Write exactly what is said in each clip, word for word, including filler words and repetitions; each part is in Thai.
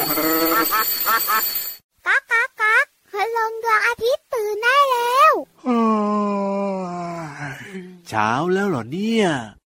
ก๊ากก๊ากก๊ากพลังดวงอาทิตย์ตื่นได้แล้วเช้าแล้วเหรอเนี่ย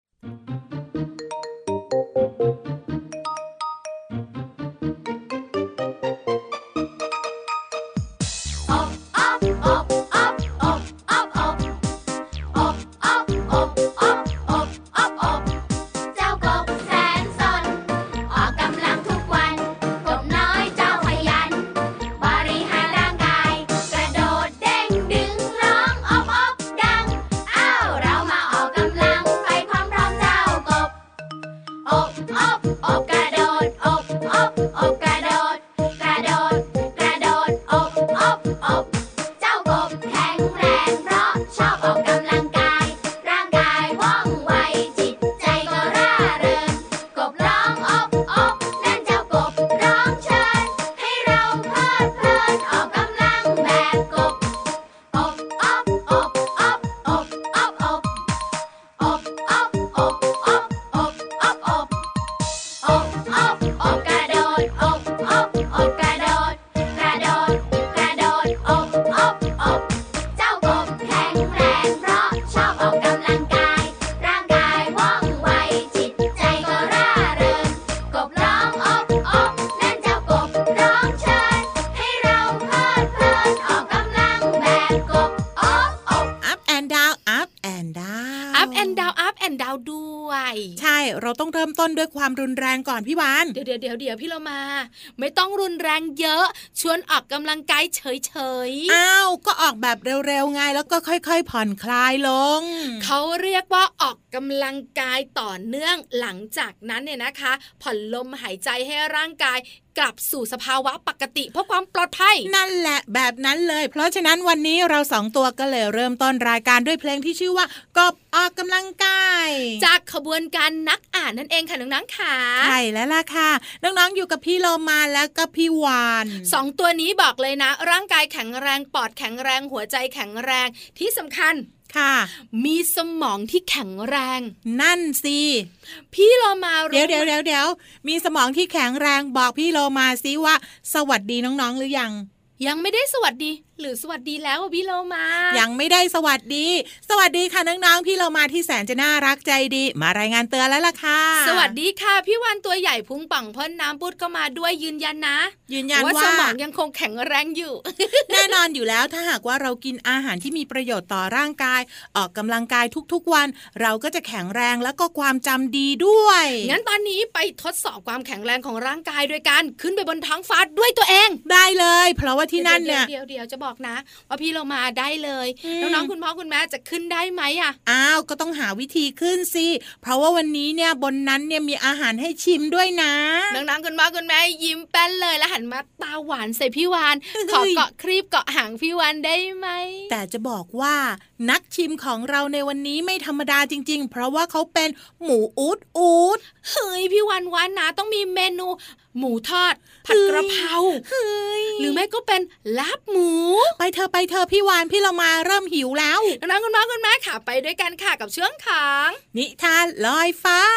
เราต้องเริ่มต้นด้วยความรุนแรงก่อนพี่วานเดี๋ยวเดี๋ยวเดี๋ยวเดี๋ยวพี่เรามาไม่ต้องรุนแรงเยอะชวนออกกำลังกายเฉยๆอ้าวก็ออกแบบเร็วๆไงแล้วก็ค่อยๆผ่อนคลายลงเขาเรียกว่าออกกำลังกายต่อเนื่องหลังจากนั้นเนี่ยนะคะผ่อนลมหายใจให้ร่างกายกลับสู่สภาวะปกติเพื่อความปลอดภัยนั่นแหละแบบนั้นเลยเพราะฉะนั้นวันนี้เราสองตัวก็เลยเริ่มต้นรายการด้วยเพลงที่ชื่อว่ากบออกกำลังกายจากขบวนการนักอ่านนั่นเองค่ะน้องๆค่ะใช่แล้วล่ะค่ะน้องๆอยู่กับพี่โลมาแล้วก็พี่วานสองตัวนี้บอกเลยนะร่างกายแข็งแรงปอดแข็งแรงหัวใจแข็งแรงที่สำคัญค่ะมีสมองที่แข็งแรงนั่นสิพี่โลมาเดี๋ยวเดี๋ยวเดี๋ยวเดี๋ยวมีสมองที่แข็งแรงบอกพี่โลมาซิว่าสวัสดีน้องๆหรือยังยังไม่ได้สวัสดีหรือสวัสดีแล้วพี่โลมายังไม่ได้สวัสดีสวัสดีค่ะน้องๆพี่โลมาที่แสนจะน่ารักใจดีมารายงานเตือนแล้วล่ะค่ะสวัสดีค่ะพี่วานตัวใหญ่พุงป่องพ่นน้ำปุดก็มาด้วยยืนยันนะยืนยันว่าสมองยังคงแข็งแรงอยู่แน่นอนอยู่แล้วถ้าหากว่าเรากินอาหารที่มีประโยชน์ต่อร่างกายออกกำลังกายทุกๆวันเราก็จะแข็งแรงแล้วก็ความจำดีด้วยงั้นตอนนี้ไปทดสอบความแข็งแรงของร่างกายโดยการขึ้นไปบนท้องฟ้าด้วยตัวเองได้เลยเพราะว่าที่นั่นเนี่ยเดี๋ยวเดี๋ยวจะบอกนะว่าพี่เรามาได้เลยน้องๆคุณพ่อคุณแม่จะขึ้นได้ไหมอ่ะอ้าวก็ต้องหาวิธีขึ้นสิเพราะว่าวันนี้เนี่ยบนนั้นเนี่ยมีอาหารให้ชิมด้วยนะน้องๆคุณพ่อคุณแม่ยิ้มแป้นเลยแล้วหันมาตาหวานใส่พี่วานขอเกาะครีบเกาะหางพี่วานได้ไหมแต่จะบอกว่านักชิมของเราในวันนี้ไม่ธรรมดาจริงๆเพราะว่าเขาเป็นหมูอูดอูดเฮ้ยพี่วานวานนะต้องมีเมนูหมูทอดผัดกระเพราหรือไม่ก็เป็นลาบหมูไปเธอไปเธอพี่วานพี่เรามาเริ่มหิวแล้วน้องๆคุณพ่อคุณแม่ค่ะไปด้วยกันค่ะกับช่วงของนิทานลอยฟ้า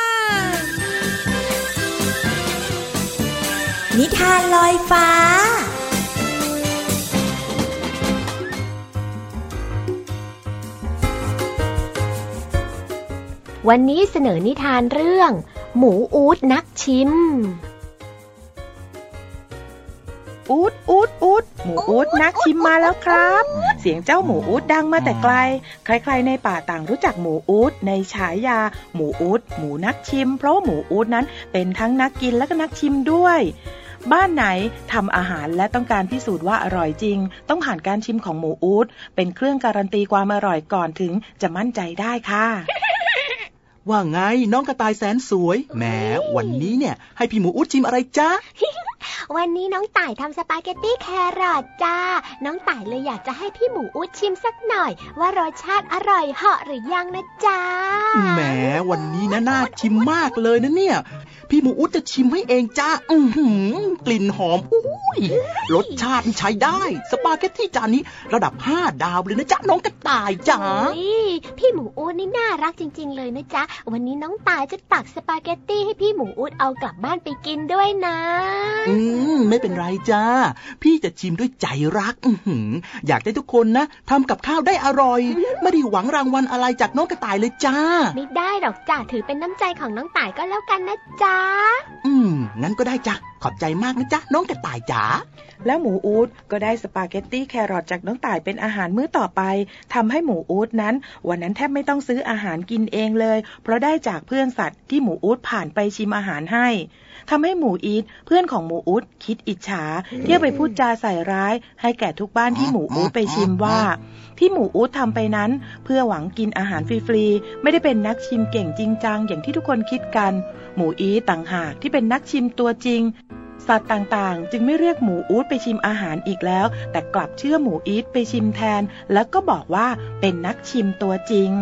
นิทานลอยฟ้าวันนี้เสนอนิทานเรื่องหมูอู๊ดนักชิมอู๊ดอู๊ดอู๊ดหมูอู๊ดนักชิมมาแล้วครับเสียงเจ้าหมูอู๊ดดังมาแต่ไกลใครๆในป่าต่างรู้จักหมูอู๊ดในฉายาหมูอู๊ดหมูนักชิมเพราะหมูอู๊ดนั้นเป็นทั้งนักกินและก็นักชิมด้วยบ้านไหนทำอาหารและต้องการพิสูจน์ว่าอร่อยจริงต้องผ่านการชิมของหมูอู๊ดเป็นเครื่องการันตีความอร่อยก่อนถึงจะมั่นใจได้ค่ะว่าไงน้องกระต่ายแสนสวยแหมวันนี้เนี่ยให้พี่หมูอุ๊ดชิมอะไรจ๊ะวันนี้น้องต่ายทำสปาเกตตี้แครอทจ้าน้องต่ายเลยอยากจะให้พี่หมูอุ๊ดชิมสักหน่อยว่ารสชาติอร่อยเหาะหรือยังนะจ๊ะแหมวันนี้นะน่าชิมมากเลยนะเนี่ยพี่หมูอุ๊ดจะชิมให้เองจ้าอื้อหือกลิ่นหอมอุ้ยรสชาติใช้ได้สปาเกตตี้จานนี้ระดับห้าดาวเลยนะจ๊ะน้องกระต่ายจ๋าพี่หมูอุ๊ดนี่น่ารักจริงๆเลยนะจ๊ะวันนี้น้องต่ายจะตักสปาเกตตี้ให้พี่หมูอุ๊ดเอากลับบ้านไปกินด้วยนะอืมมไม่เป็นไรจ้าพี่จะชิมด้วยใจรัก อือหืออยากให้ทุกคนนะทำกับข้าวได้อร่อยไม่ได้หวังรางวัลอะไรจากน้องกระต่ายเลยจ้าไม่ได้หรอกจ้าถือเป็นน้ำใจของน้องต่ายก็แล้วกันนะจ๊ะอืมงั้นก็ได้จ้ะขอบใจมากนะจ๊ะน้องกระต่ายจ๋าแล้วหมูอู๊ดก็ได้สปาเกตตี้แครอทจากน้องต่ายเป็นอาหารมื้อต่อไปทำให้หมูอู๊ดนั้นวันนั้นแทบไม่ต้องซื้ออาหารกินเองเลยเพราะได้จากเพื่อนสัตว์ที่หมูอู๊ดผ่านไปชิมอาหารให้ทำให้หมูอีทเพื่อนของหมูอู๊ดคิดอิจฉาเที่ยวไปพูดจาใส่ร้ายให้แก่ทุกบ้านที่หมูอู๊ดไปชิมว่าที่หมูอู๊ดทำไปนั้นเพื่อหวังกินอาหารฟรีๆไม่ได้เป็นนักชิมเก่งจริงจังอย่างที่ทุกคนคิดกันหมูอีทต่างหากที่เป็นนักชิมตัวจริงสัตว์ต่างๆจึงไม่เรียกหมูอู๊ดไปชิมอาหารอีกแล้วแต่กลับเชื่อหมูอีทไปชิมแทนแล้วก็บอกว่าเป็นนักชิมตัวจริง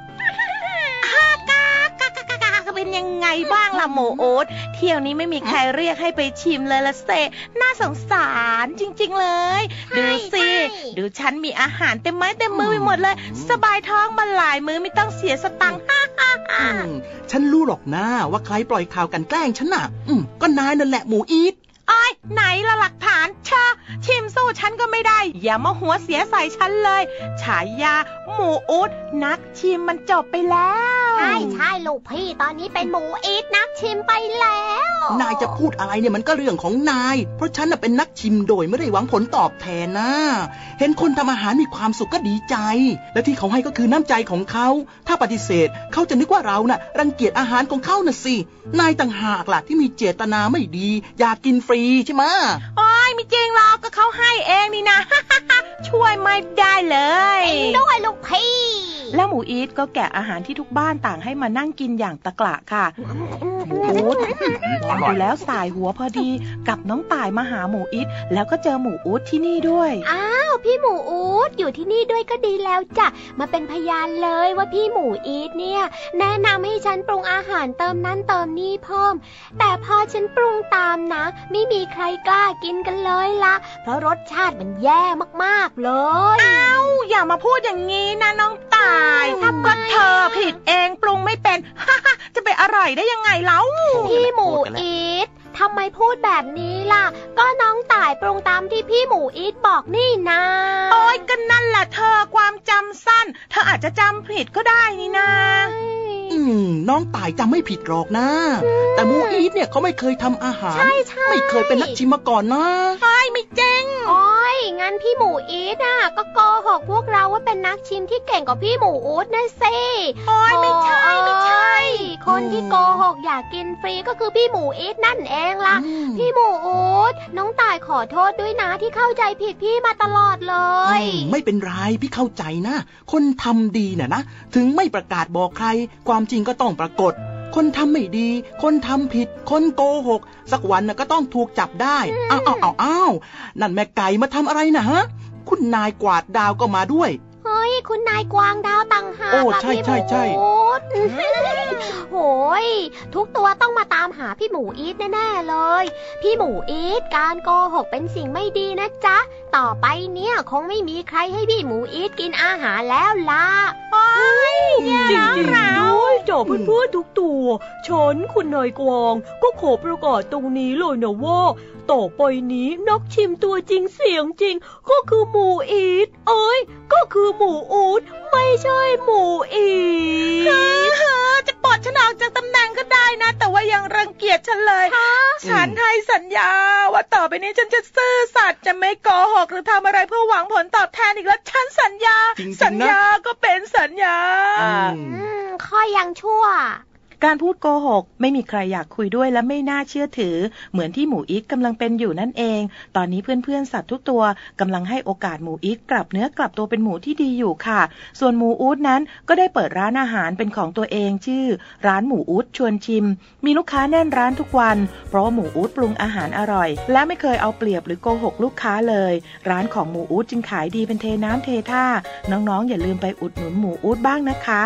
เป็นยังไงบ้างล่ะหมูอู๊ดเที่ยวนี้ไม่มีใครเรียกให้ไปชิมเลยละเซน่าสงสารจริงๆเลยดูสิดูฉันมีอาหารเต็มไม้เต็มมือไปหมดเลยสบายท้องมาหลายมื้อไม่ต้องเสียสตังค์ฮ่าฮ่าฮ่าฉันรู้หรอกนะว่าใครปล่อยข่าวกันแกล้งฉันน่ะอืมก็นายนั่นแหละหมูอีทอ้อยไหนละหลักฐานเชอะชิมสู้ฉันก็ไม่ได้อย่ามาหัวเสียใส่ฉันเลยฉายาหมูอู๊ดนักชิมมันจบไปแล้วใช่ใช่ลูกพี่ตอนนี้เป็นหมูอีทนักชิมไปแล้วนายจะพูดอะไรเนี่ยมันก็เรื่องของนายเพราะฉันน่ะเป็นนักชิมโดยไม่ได้หวังผลตอบแทนนะเห็นคนทำอาหารมีความสุขก็ดีใจและที่เขาให้ก็คือน้ำใจของเขาถ้าปฏิเสธเขาจะนึกว่าเราน่ะรังเกียจอาหารของเขาน่ะสินายต่างหากล่ะที่มีเจตนาไม่ดีอยากกินฟรีใช่ไหมโอ้ยไม่จริงหรอกก็เขาให้เองนี่นะ ช่วยไม่ได้เลยด้วยลูกพี่แล้วหมูอีทก็แกะอาหารที่ทุกบ้านต่างให้มานั่งกินอย่างตะกละค่ะหมูอู๊ดมองดูแล้วสายหัวพอดีกับน้องต่ายมาหาหมูอีทแล้วก็เจอหมูอู๊ดที่นี่ด้วยอ้าวพี่หมูอู๊ดอยู่ที่นี่ด้วยก็ดีแล้วจ้ะมาเป็นพยานเลยว่าพี่หมูอีทเนี่ยแนะนำให้ฉันปรุงอาหารเติมนั้นเติมนี่เพิ่มแต่พอฉันปรุงตามนะไม่มีใครกล้ากินกันเลยละเพราะรสชาติมันแย่มากๆเลยอ้าวอย่ามาพูดอย่างนี้นะน้องต่ายก็เธอผิดเองปรุงไม่เป็น จะไปอร่อยได้ยังไงเล่าพี่หมูอีททำไมพูดแบบนี้ล่ะก็น้องต่ายปรุงตามที่พี่หมูอีทบอกนี่นะโอ๊ยก็นั่นแหละเธอความจำสั้นเธออาจจะจำผิดก็ได้นี่นะอืมน้องต่ายจำไม่ผิดหรอกนะแต่หมูอีทเนี่ยเขาไม่เคยทำอาหารไม่เคยเป็นนักชิมมาก่อนนะใช่ไม่จริงโอ๊ยงั้นพี่หมูอีทน่ะก็โกหกพวกเราว่าเป็นนักชิมที่เก่งกว่าพี่หมูอู๊ดนะสิโอ๊ยไม่ใช่ไม่ใช่คนที่โกหกอยากกินฟรีก็คือพี่หมูอีทนั่นเองล่ะพี่หมูอู๊ดน้องต่ายขอโทษด้วยนะที่เข้าใจผิดพี่มาตลอดเลยไม่เป็นไรพี่เข้าใจนะคนทำดีน่ะนะถึงไม่ประกาศบอกใครความจริงก็ต้องปรากฏคนทำไม่ดีคนทำผิดคนโกหกสักวันน่ะก็ต้องถูกจับได้อ้าวอ้าวอ้าวนั่นแม่ไก่มาทำอะไรนะฮะคุณนายกวาดดาวก็มาด้วยเฮ้ยคุณนายกวางดาวต่างหากโอ้ใช่ใช่ใช่โหยทุกตัวต้องมาตามหาพี่หมูอีทแน่ๆเลยพี่หมูอีทการโกหกเป็นสิ่งไม่ดีนะจ๊ะต่อไปเนี่ยคงไม่มีใครให้พี่หมูอีทกินอาหารแล้วล่ะโอ้ยจริงๆด้วยจ่อเพื่อนๆทุกตัวฉันคุณนายกวางก็ขอประกาศตรงนี้เลยนะว่าต่อไปนี้นักชิมตัวจริงเสียงจริงก็คือหมูอีทเอ้ยก็คือหมูอู๊ดไม่ใช่หมูอีทจะปลดฉันออกจากตำแหน่งก็ได้นะแต่ว่ายังรังเกียจฉันเลยฉันให้สัญญาว่าต่อไปนี้ฉันจะซื่อสัตย์จะไม่โกหกหรือทำอะไรเพื่อหวังผลตอบแทนอีกแล้วฉันสัญญาสัญญาก็เป็นสัญญาค่อยยังชั่วการพูดโกหกไม่มีใครอยากคุยด้วยและไม่น่าเชื่อถือเหมือนที่หมูอีทกำลังเป็นอยู่นั่นเองตอนนี้เพื่อนๆสัตว์ทุกตัวกำลังให้โอกาสหมูอีทกลับเนื้อกลับตัวเป็นหมูที่ดีอยู่ค่ะส่วนหมูอู๊ดนั้นก็ได้เปิดร้านอาหารเป็นของตัวเองชื่อร้านหมูอู๊ดชวนชิมมีลูกค้าแน่นร้านทุกวันเพราะว่าหมูอู๊ดปรุงอาหารอร่อยและไม่เคยเอาเปรียบหรือโกหกลูกค้าเลยร้านของหมูอู๊ดจึงขายดีเป็นเทน้ำเทท่าน้องๆอย่าลืมไปอุดหนุนหมูอู๊ดบ้างนะคะ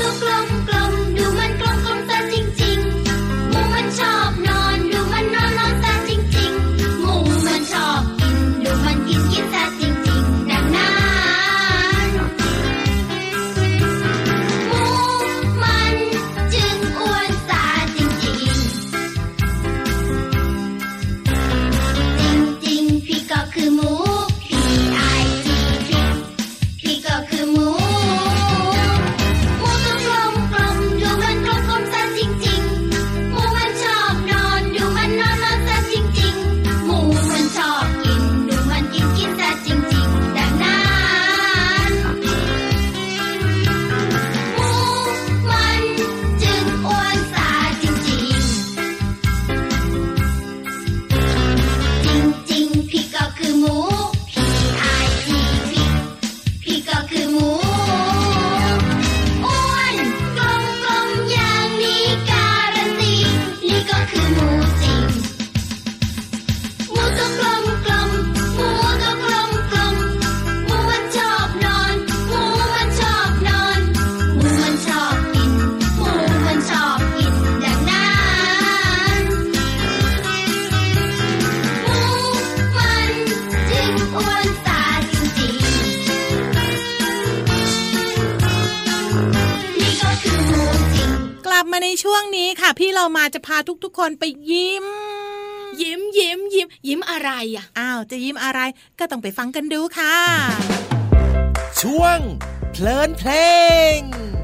หมูมันชอบนอนดูมันนอนนอนช่วงนี้ค่ะพี่เรามาจะพาทุกๆคนไปยิ้มยิ้มยิ้มยิ้มยิ้มอะไรอ่ะอ้าวจะยิ้มอะไรก็ต้องไปฟังกันดูค่ะช่วงเพลินเพลง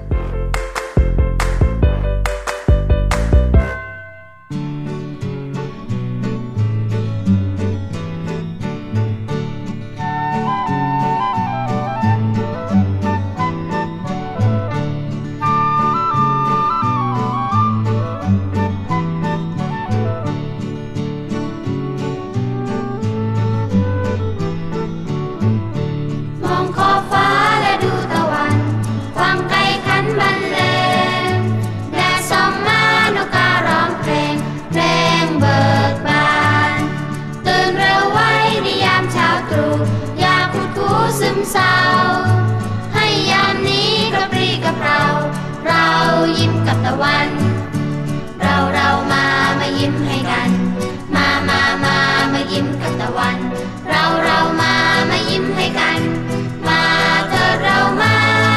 ให้ยามนี้กระปรี้กระเปร่าเรายิ้มกับตะวันเราเรามามายิ้มให้กันมามามามายิ้มกับตะวันเราเรามามายิ้มให้กันมาเธอเรามา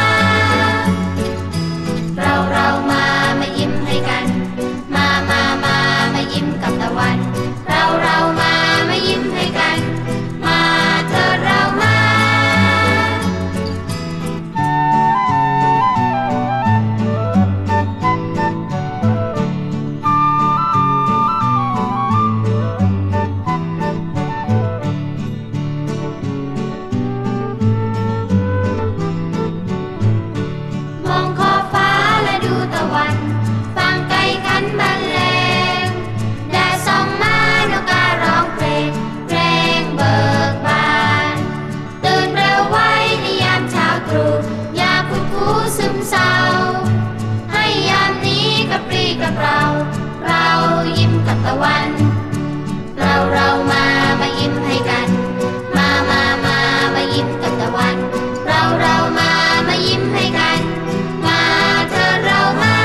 เราเรามามายิ้มให้กันมามามามายิ้มกับตะวันเราเรามามายิ้มให้กันมาเธอเรามามองขอบฟ้าและดูตะวันฟังไก่ขันบรรเลงแดดส่องมานกการ้องเพลงเพลงเบิกบานตื่นเร็วไว้ในยามเช้าตรู่อย่าคุดคู้ซึมเศร้าให้ยามนี้กระปรี้กระเปร่าเรายิ้มกับตะวันเราเรามามายิ้มให้กันมามามามายิ้มกับตะวันเราเรามามายิ้มให้กันมาเธอเรามา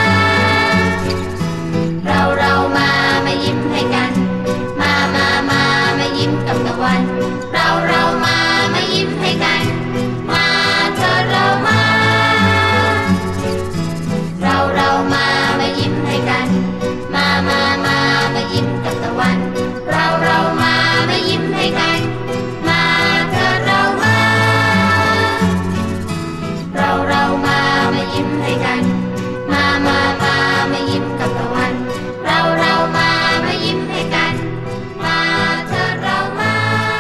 เราเรามามายิ้มให้กันมามามามายิ้มกับตะวันเราเรามามายิ้มให้กันมาเธอเรามาเราเรามามายิ้มให้กันมามามามายิ้มกับตะวันเราเรามามายิ้มให้กันมาเธอเรามาเราเรามามายิ้มให้กันมามามามายิ้มกับตะวันเราเรามามายิ้มให้กันมาเธอเรามา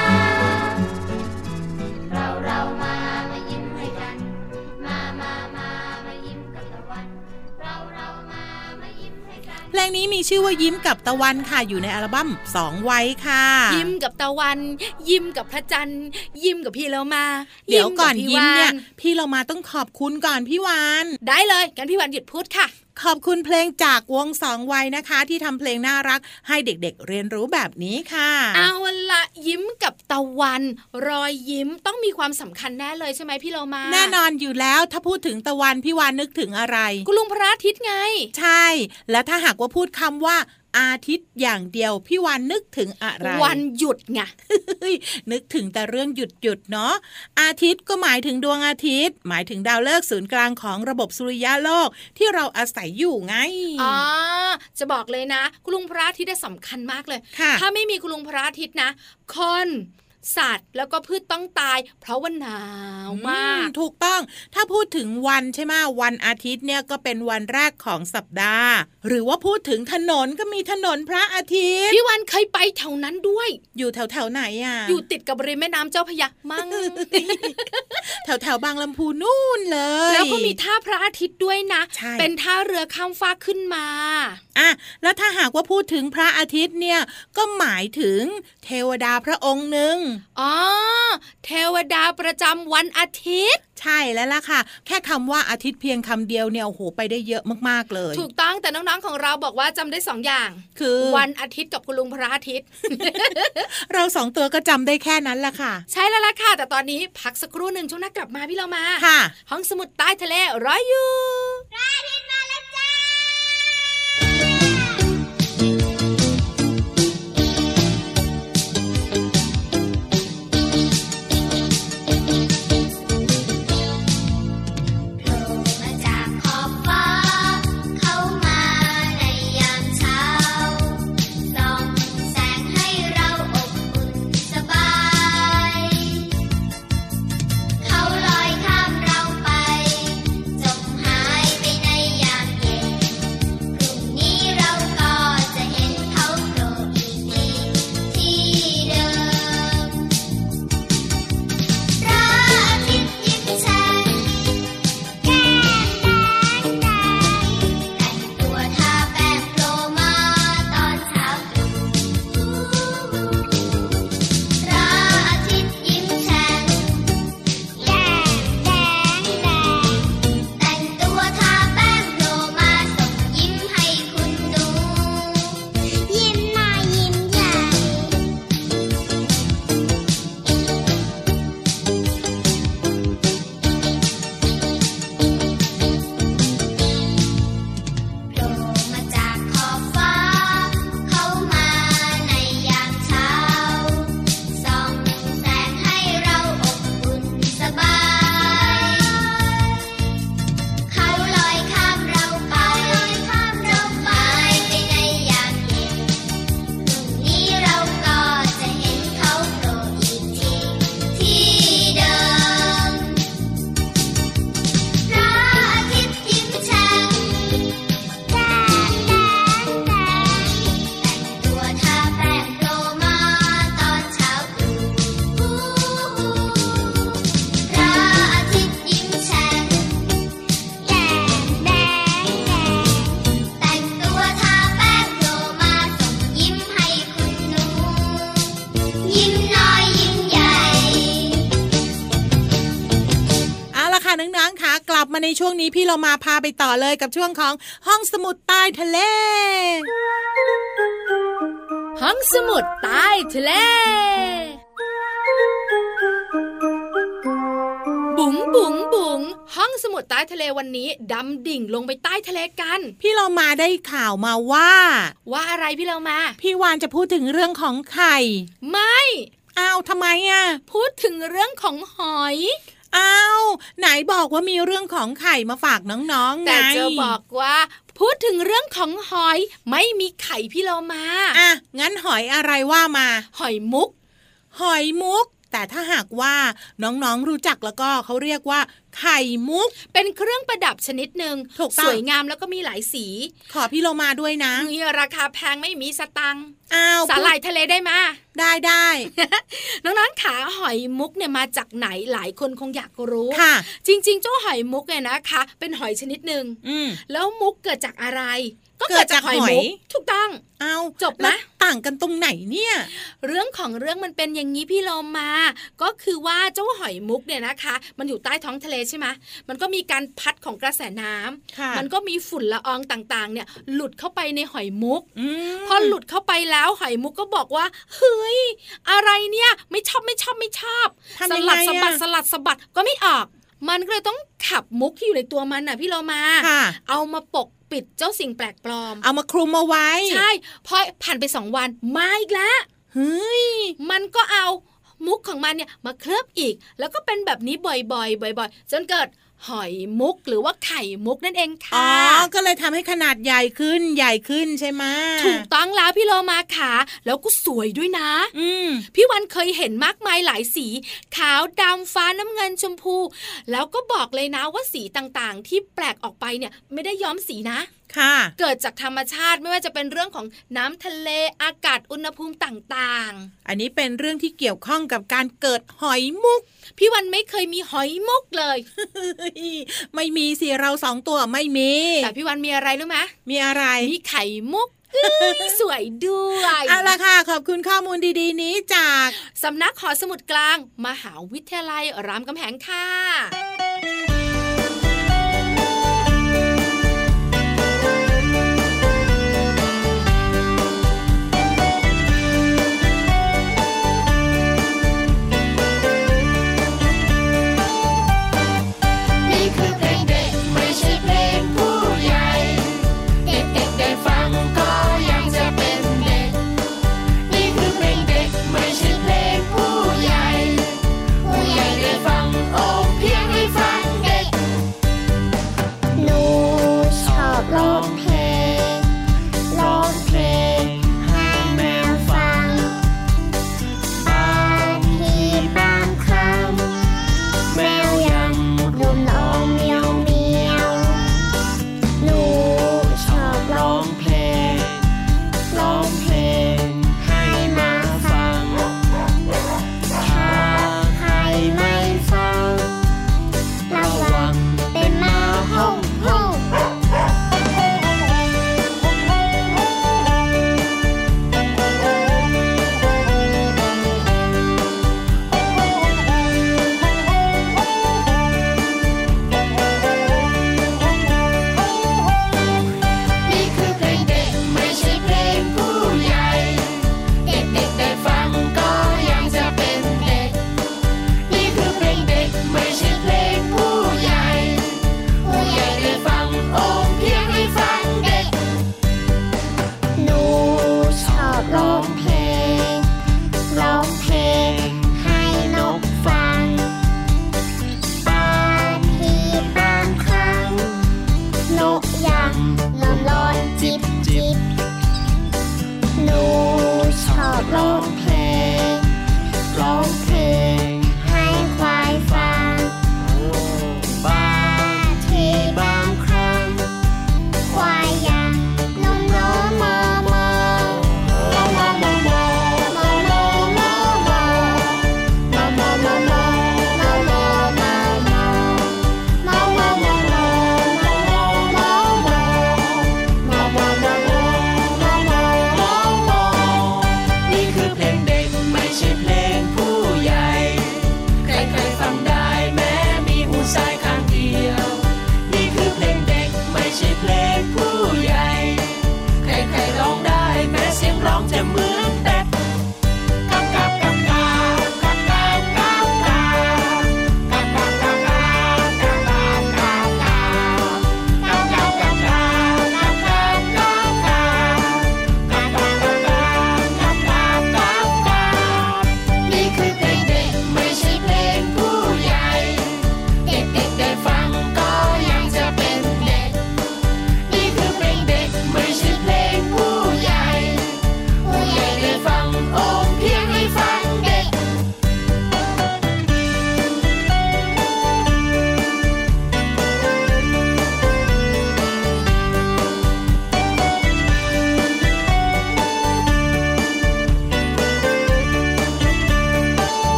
เราเรามามายิ้มให้กันมามามามายิ้มกับตะวันเราเรามามายิ้มให้กันเพลงนี้มีชื่อว่ายิ้มกับตะวันค่ะอยู่ในอัลบั้มสองวัยค่ะยิ้มกับตะวันยิ้มกับพระจันทร์ยิ้มกับพี่เรามาเดี๋ยวก่อนยิ้มเนี่ยพี่เรามาต้องขอบคุณก่อนพี่วานได้เลยงั้นพี่วานหยุดพูดค่ะขอบคุณเพลงจากวงสองวัยนะคะที่ทำเพลงน่ารักให้เด็กๆเรียนรู้แบบนี้ค่ะเอาละยิ้มกับตะวันรอยยิ้มต้องมีความสำคัญแน่เลยใช่ไหมพี่เรามาแน่นอนอยู่แล้วถ้าพูดถึงตะวันพี่วานนึกถึงอะไรคุณลุงพระอาทิตย์ไงใช่และถ้าหากว่าพูดคำว่าอาทิตย์อย่างเดียวพี่วานนึกถึงอะไรวันหยุดไงนึกถึงแต่เรื่องหยุดหยุดเนาะอาทิตย์ก็หมายถึงดวงอาทิตย์หมายถึงดาวฤกษ์ศูนย์กลางของระบบสุริยะโลกที่เราอาศัยอยู่ไงอ๋อจะบอกเลยนะคุณลุงพระอาทิตย์สำคัญมากเลยถ้าไม่มีคุณลุงพระอาทิตย์นะคนสัตว์แล้วก็พืชต้องตายเพราะว่าหนาวมากถูกต้องถ้าพูดถึงวันใช่ไหมวันอาทิตย์เนี่ยก็เป็นวันแรกของสัปดาห์หรือว่าพูดถึงถนนก็มีถนนพระอาทิตย์พี่วันเคยไปแถวนั้นด้วยอยู่แถวแถวไหนอ่ะอยู่ติดกับริมแม่น้ำเจ้าพระยามั่งแถวแถวบางลำพูนู่นเลยแล้วก็มีท่าพระอาทิตย์ด้วยนะเป็นท่าเรือข้ามฟากขึ้นมาอ่ะแล้วถ้าหากว่าพูดถึงพระอาทิตย์เนี่ยก็หมายถึงเทวดาพระองค์หนึ่งอ๋อเทวดาประจำวันอาทิตย์ใช่แล้วล่ะค่ะแค่คำว่าอาทิตย์เพียงคำเดียวเนี่ยโอ้โหไปได้เยอะมากๆเลยถูกต้องแต่น้องๆของเราบอกว่าจำได้สองอย่างคือวันอาทิตย์กับคุณลุงพระอาทิตย์เราสองตัวก็จำได้แค่นั้นล่ะค่ะใช่แล้วล่ะค่ะแต่ตอนนี้พักสักครู่หนึ่งช่วงหน้ากลับมาพี่เรามาค่ะห้องสมุดใต้ทะเลรออยู่พระอาทิตย์มาแล้วจ้ามาในช่วงนี้พี่เรามาพาไปต่อเลยกับช่วงของห้องสมุดใต้ทะเลห้องสมุดใต้ทะเลบุ๋งบุ๋งบุ๋งห้องสมุดใต้ทะเลวันนี้ดำดิ่งลงไปใต้ทะเลกันพี่เรามาได้ข่าวมาว่าว่าอะไรพี่เรามาพี่วานจะพูดถึงเรื่องของไข่ไม่อ้าวทำไมอ่ะพูดถึงเรื่องของหอยอ้าวไหนบอกว่ามีเรื่องของไข่มาฝากน้องๆไงแต่จะบอกว่าพูดถึงเรื่องของหอยไม่มีไข่พี่เรามาอ่ะงั้นหอยอะไรว่ามาหอยมุกหอยมุกแต่ถ้าหากว่าน้องๆรู้จักแล้วก็เขาเรียกว่าไข่มุกเป็นเครื่องประดับชนิดหนึ่งสวยงามแล้วก็มีหลายสีขอพี่โลมาด้วยนะมีราคาแพงไม่มีสตังค์อ้าวสาหร่ายทะเลได้มาได้ได้น้องๆขาหอยมุกเนี่ยมาจากไหนหลายคนคงอยากรู้ค่ะจริงๆเจ้าหอยมุกเนี่ยนะคะเป็นหอยชนิดหนึ่งแล้วมุกเกิดจากอะไรก็เกิดจากหอยมุกถูกต้องเอาจบนะต่างกันตรงไหนเนี่ยเรื่องของเรื่องมันเป็นอย่างนี้พี่โลมาก็คือว่าเจ้าหอยมุกเนี่ยนะคะมันอยู่ใต้ท้องทะเลใช่ไหมมันก็มีการพัดของกระแสน้ำมันก็มีฝุ่นละอองต่างๆเนี่ยหลุดเข้าไปในหอยมุกพอหลุดเข้าไปแล้วหอยมุกก็บอกว่าเฮ้ยอะไรเนี่ยไม่ชอบไม่ชอบไม่ชอบสลัดสะบัดสลัดสะบัดก็ไม่ออกมันก็เลยต้องขับมุกที่อยู่ในตัวมันน่ะพี่โลมาเอามาปกปิดเจ้าสิ่งแปลกปลอมเอามาคลุมเอาไว้ใช่พอผ่านไปสองวันมาอีกแล้วเฮ้ยมันก็เอามุกของมันเนี่ยมาเคลือบอีกแล้วก็เป็นแบบนี้บ่อยๆบ่อยๆจนเกิดหอยมุกหรือว่าไข่มุกนั่นเองค่ะอ๋อก็เลยทำให้ขนาดใหญ่ขึ้นใหญ่ขึ้นใช่ไหมถูกต้องแล้วพี่โลมาค่ะแล้วก็สวยด้วยนะอืมพี่วันเคยเห็นมากมายหลายสีขาวดำฟ้าน้ำเงินชมพูแล้วก็บอกเลยนะว่าสีต่างๆที่แปลกออกไปเนี่ยไม่ได้ย้อมสีนะค่ะเกิดจากธรรมชาติไม่ว่าจะเป็นเรื่องของน้ำทะเลอากาศอุณหภูมิต่างๆอันนี้เป็นเรื่องที่เกี่ยวข้องกับการเกิดหอยมุกพี่วันไม่เคยมีหอยมุกเลยไม่มีสิเราสองตัวไม่มีแต่พี่วันมีอะไรรู้ไหมมีอะไรมีไข่มุกสวยด้วยเอาล่ะค่ะขอบคุณข้อมูลดีๆนี้จากสำนักหอสมุดกลางมหาวิทยาลัยรามคำแหงค่ะผู้ใหญ่ได้ฟังโอ้เพียงให้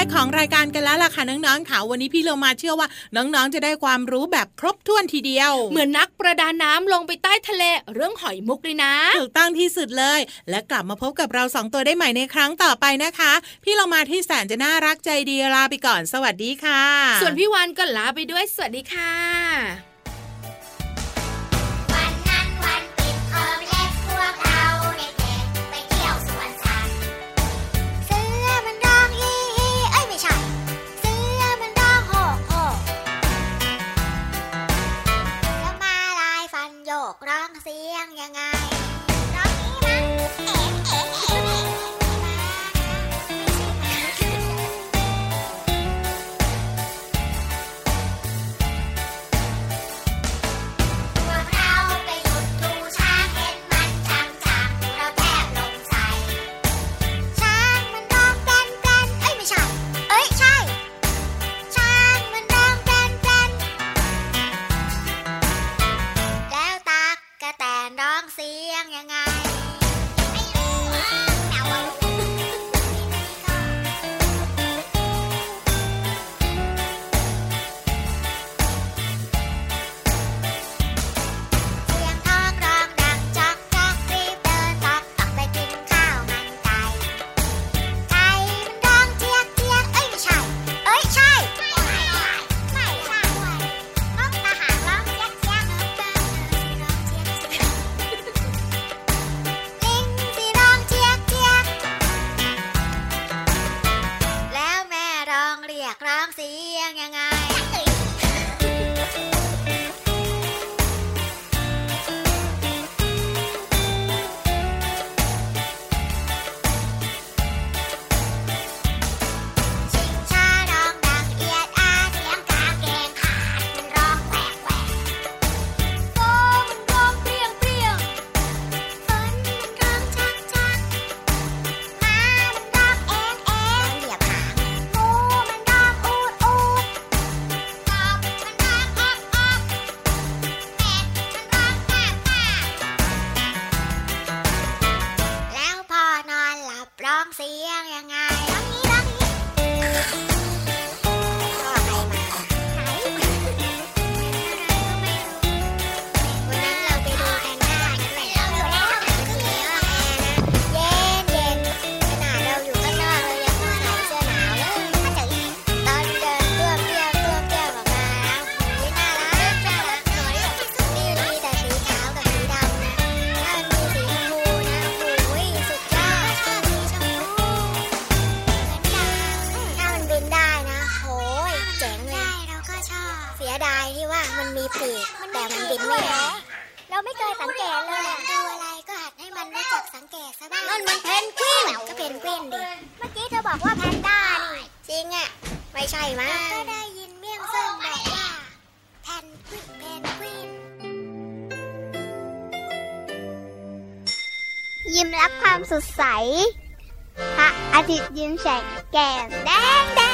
ของรายการกันแล้วล่ะค่ะน้องๆค่ะวันนี้พี่เรามาเชื่อว่าน้องๆจะได้ความรู้แบบครบถ้วนทีเดียวเหมือนนักประดาน้ำลงไปใต้ทะเลเรื่องหอยมุกเลยนะถูกต้องที่สุดเลยและกลับมาพบกับเราสองตัวได้ใหม่ในครั้งต่อไปนะคะพี่เรามาที่แสนจะน่ารักใจดีลาไปก่อนสวัสดีค่ะส่วนพี่วานก็ลาไปด้วยสวัสดีค่ะร้องเสียงยังไงร้องนี้มั้งเอ๋เอ๋เอ๋พวกเราไปหยุดดูช้างเห็นมันจังจังเราแทบลงใส่ช้างมันร้องแปลนแปลนเอ้ยไม่ใช่เอ้ยใช่ช้างมันร้องแปลนแปลนแล้วตากระแตนร้องเสียงยังไงไม่รู้แต่ว่าเสียงท้องร้องดังจอกจอกรีบเดินตอกตอกไปกินข้าวมันไก่ไก่มันร้องเจี๊ยกเจี๊ยกเอ้ยไม่ใช่เอ้ยใช่ไม่ใช่ไม่ใช่นกทหารร้องเจี๊ยกเจี๊ยกนกบ้านร้องเจี๊ยกเจี๊ยกลิงสิร้องเจี๊ยกเจี๊ยกแล้วแม่ร้องเรียกร้องเสียงยังไงชิงช้าร้องดังเอียดอาเสียงกาเกงขาดมันร้องแหวกแหวกโฟมันร้องเปรี้ยงเปรี้ยงฝนมันร้องชักชักม้ามันร้องเอ็นเอ็นเหยียบหางงูมันร้องอูดอูดกบมันร้องออกออกเป็ดมันร้องกากกากแล้วพอนอนหลับร้องเสียงยังไงร้องนี้ร้องนี้พ่อใครมาไหนเป็นอะไรก็ไม่รู้วันนั้นเราไปดูกันได้กันแหละเราอยู่แล้วคือเย็นเย็นเย็นขนาดเราอยู่ข้างนอกเรายังต้องใส่เสื้อหนาวเลยถ้าจะตอนเดินเตื้อมเตี้ยเตื้อมเตี้ยออกมาแล้วนี่น่ารักน่ารักหน่อยนี่มีแต่สีขาวกับสีดำนะถ้ามันมีสีชมพูนะโอ้ยสุดยอดชอบสีชมพูถ้ามันบินได้นะโอ้ยเจ๋งเลยเราก็ชอบเสียดายที่ว่ามันมีปีกแต่มันบินไม่ได้เราไม่เคยสังเกตเลยดูอะไรก็หัดให้มันรู้จักสังเกตซะบ้างนั่นมันเพนกวินก็เพนกวินดิเมื่อกี้เธอบอกว่าแพนด้านี่จริงอ่ะไม่ใช่มั้ยก็ได้ยินเมี่ยงส้มบอกว่าแพนกวินเพนกวินยิ้มรับความสดใสพระอาทิตย์ยิ้มแฉกแก้มแดงแด